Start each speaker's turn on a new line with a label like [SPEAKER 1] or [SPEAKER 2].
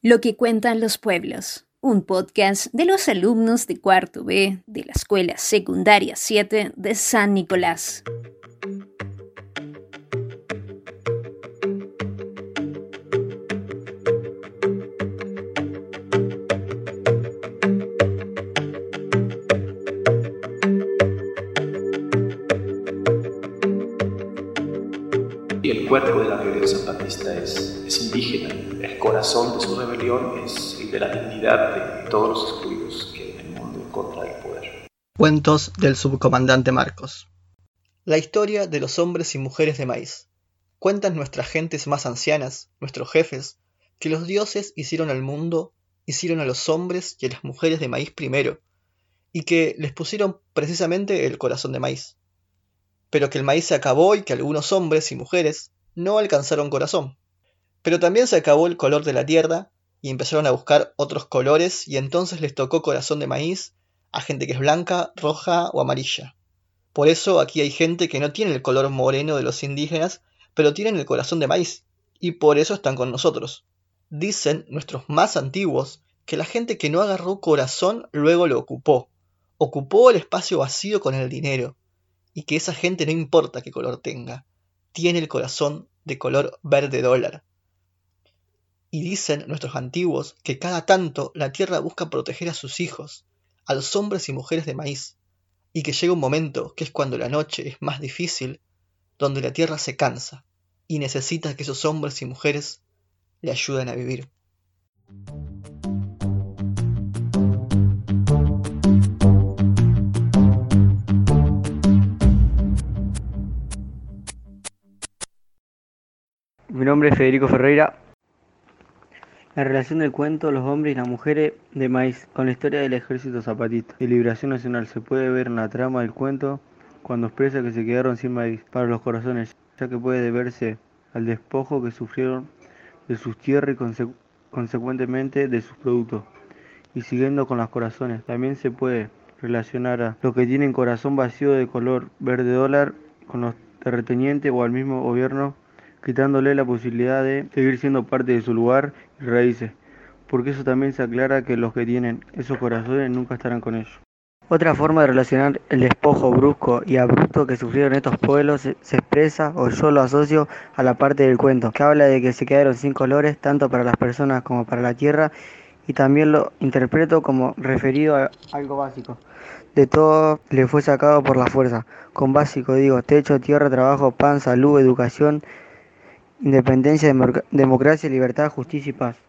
[SPEAKER 1] Lo que cuentan los pueblos, un podcast de los alumnos de cuarto B de la Escuela Secundaria 7 de San Nicolás.
[SPEAKER 2] El cuerpo de la rebelión zapatista es indígena, el corazón de su rebelión es el de la dignidad de todos los excluidos que en el mundo en contra del poder.
[SPEAKER 3] Cuentos del subcomandante Marcos. La historia de los hombres y mujeres de maíz. Cuentan nuestras gentes más ancianas, nuestros jefes, que los dioses hicieron al mundo, hicieron a los hombres y a las mujeres de maíz primero, y que les pusieron precisamente el corazón de maíz. Pero que el maíz se acabó y que algunos hombres y mujeres no alcanzaron corazón. Pero también se acabó el color de la tierra y empezaron a buscar otros colores y entonces les tocó corazón de maíz a gente que es blanca, roja o amarilla. Por eso aquí hay gente que no tiene el color moreno de los indígenas, pero tienen el corazón de maíz y por eso están con nosotros. Dicen nuestros más antiguos que la gente que no agarró corazón luego lo ocupó el espacio vacío con el dinero. Y que esa gente no importa qué color tenga, tiene el corazón de color verde dólar. Y dicen nuestros antiguos que cada tanto la tierra busca proteger a sus hijos, a los hombres y mujeres de maíz, y que llega un momento, que es cuando la noche es más difícil, donde la tierra se cansa y necesita que esos hombres y mujeres le ayuden a vivir.
[SPEAKER 4] Mi nombre es Federico Ferreira. La relación del cuento Los hombres y las mujeres de maíz con la historia del ejército zapatista de liberación nacional se puede ver en la trama del cuento cuando expresa que se quedaron sin maíz para los corazones, ya que puede deberse al despojo que sufrieron de sus tierras y consecuentemente de sus productos. Y siguiendo con los corazones, también se puede relacionar a los que tienen corazón vacío de color verde dólar con los terratenientes o al mismo gobierno, quitándole la posibilidad de seguir siendo parte de su lugar y raíces, porque eso también se aclara que los que tienen esos corazones nunca estarán con ellos. Otra forma de relacionar el despojo brusco y abrupto que sufrieron estos pueblos se expresa, o yo lo asocio, a la parte del cuento, que habla de que se quedaron sin colores tanto para las personas como para la tierra, y también lo interpreto como referido a algo básico. De todo le fue sacado por la fuerza. Con básico digo techo, tierra, trabajo, pan, salud, educación, independencia, democracia, libertad, justicia y paz.